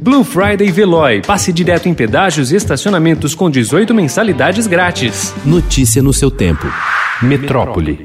Blue Friday Veloy. Passe direto em pedágios e estacionamentos com 18 mensalidades grátis. Notícia no seu tempo. Metrópole.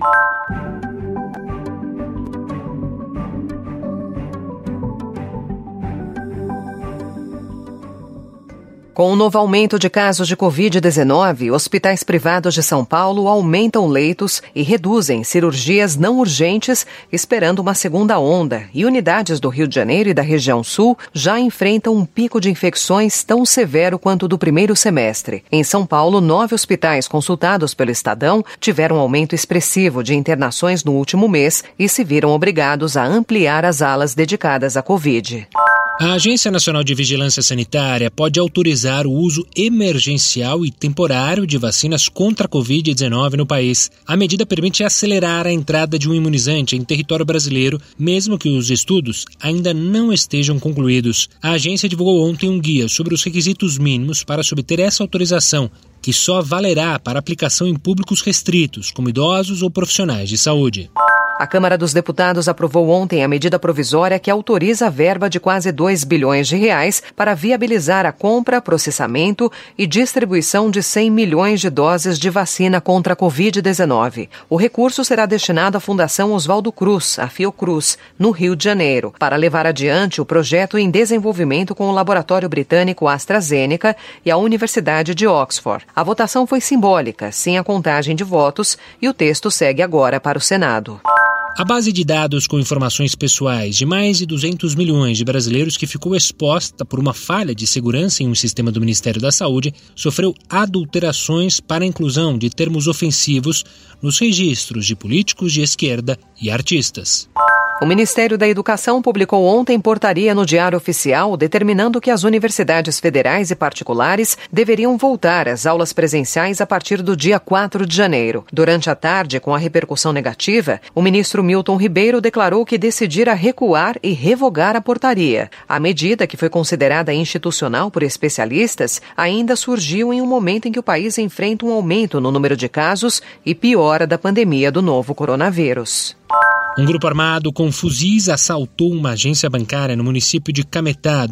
Com o novo aumento de casos de Covid-19, hospitais privados de São Paulo aumentam leitos e reduzem cirurgias não urgentes, esperando uma segunda onda. E unidades do Rio de Janeiro e da região sul já enfrentam um pico de infecções tão severo quanto o do primeiro semestre. Em São Paulo, 9 hospitais consultados pelo Estadão tiveram um aumento expressivo de internações no último mês e se viram obrigados a ampliar as alas dedicadas à Covid. A Agência Nacional de Vigilância Sanitária pode autorizar o uso emergencial e temporário de vacinas contra a Covid-19 no país. A medida permite acelerar a entrada de um imunizante em território brasileiro, mesmo que os estudos ainda não estejam concluídos. A agência divulgou ontem um guia sobre os requisitos mínimos para se obter essa autorização, que só valerá para aplicação em públicos restritos, como idosos ou profissionais de saúde. A Câmara dos Deputados aprovou ontem a medida provisória que autoriza a verba de quase 2 bilhões de reais para viabilizar a compra, processamento e distribuição de 100 milhões de doses de vacina contra a Covid-19. O recurso será destinado à Fundação Oswaldo Cruz, a Fiocruz, no Rio de Janeiro, para levar adiante o projeto em desenvolvimento com o laboratório britânico AstraZeneca e a Universidade de Oxford. A votação foi simbólica, sem a contagem de votos, e o texto segue agora para o Senado. A base de dados com informações pessoais de mais de 200 milhões de brasileiros que ficou exposta por uma falha de segurança em um sistema do Ministério da Saúde sofreu adulterações para a inclusão de termos ofensivos nos registros de políticos de esquerda e artistas. O Ministério da Educação publicou ontem portaria no Diário Oficial determinando que as universidades federais e particulares deveriam voltar às aulas presenciais a partir do dia 4 de janeiro. Durante a tarde, com a repercussão negativa, o ministro Milton Ribeiro declarou que decidira recuar e revogar a portaria. A medida, que foi considerada institucional por especialistas, ainda surgiu em um momento em que o país enfrenta um aumento no número de casos e piora da pandemia do novo coronavírus. Um grupo armado com fuzis assaltou uma agência bancária no município de Cametá,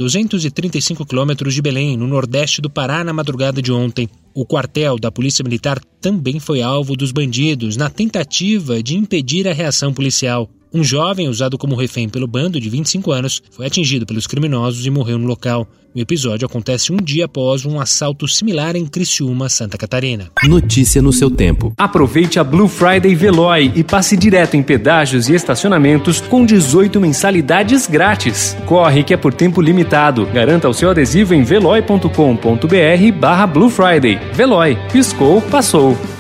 235 quilômetros de Belém, no nordeste do Pará, na madrugada de ontem. O quartel da Polícia Militar também foi alvo dos bandidos na tentativa de impedir a reação policial. Um jovem, usado como refém pelo bando de 25 anos, foi atingido pelos criminosos e morreu no local. O episódio acontece um dia após um assalto similar em Criciúma, Santa Catarina. Notícia no seu tempo. Aproveite a Blue Friday Veloy e passe direto em pedágios e estacionamentos com 18 mensalidades grátis. Corre que é por tempo limitado. Garanta o seu adesivo em veloy.com.br/Blue Friday. Veloy. Piscou, passou.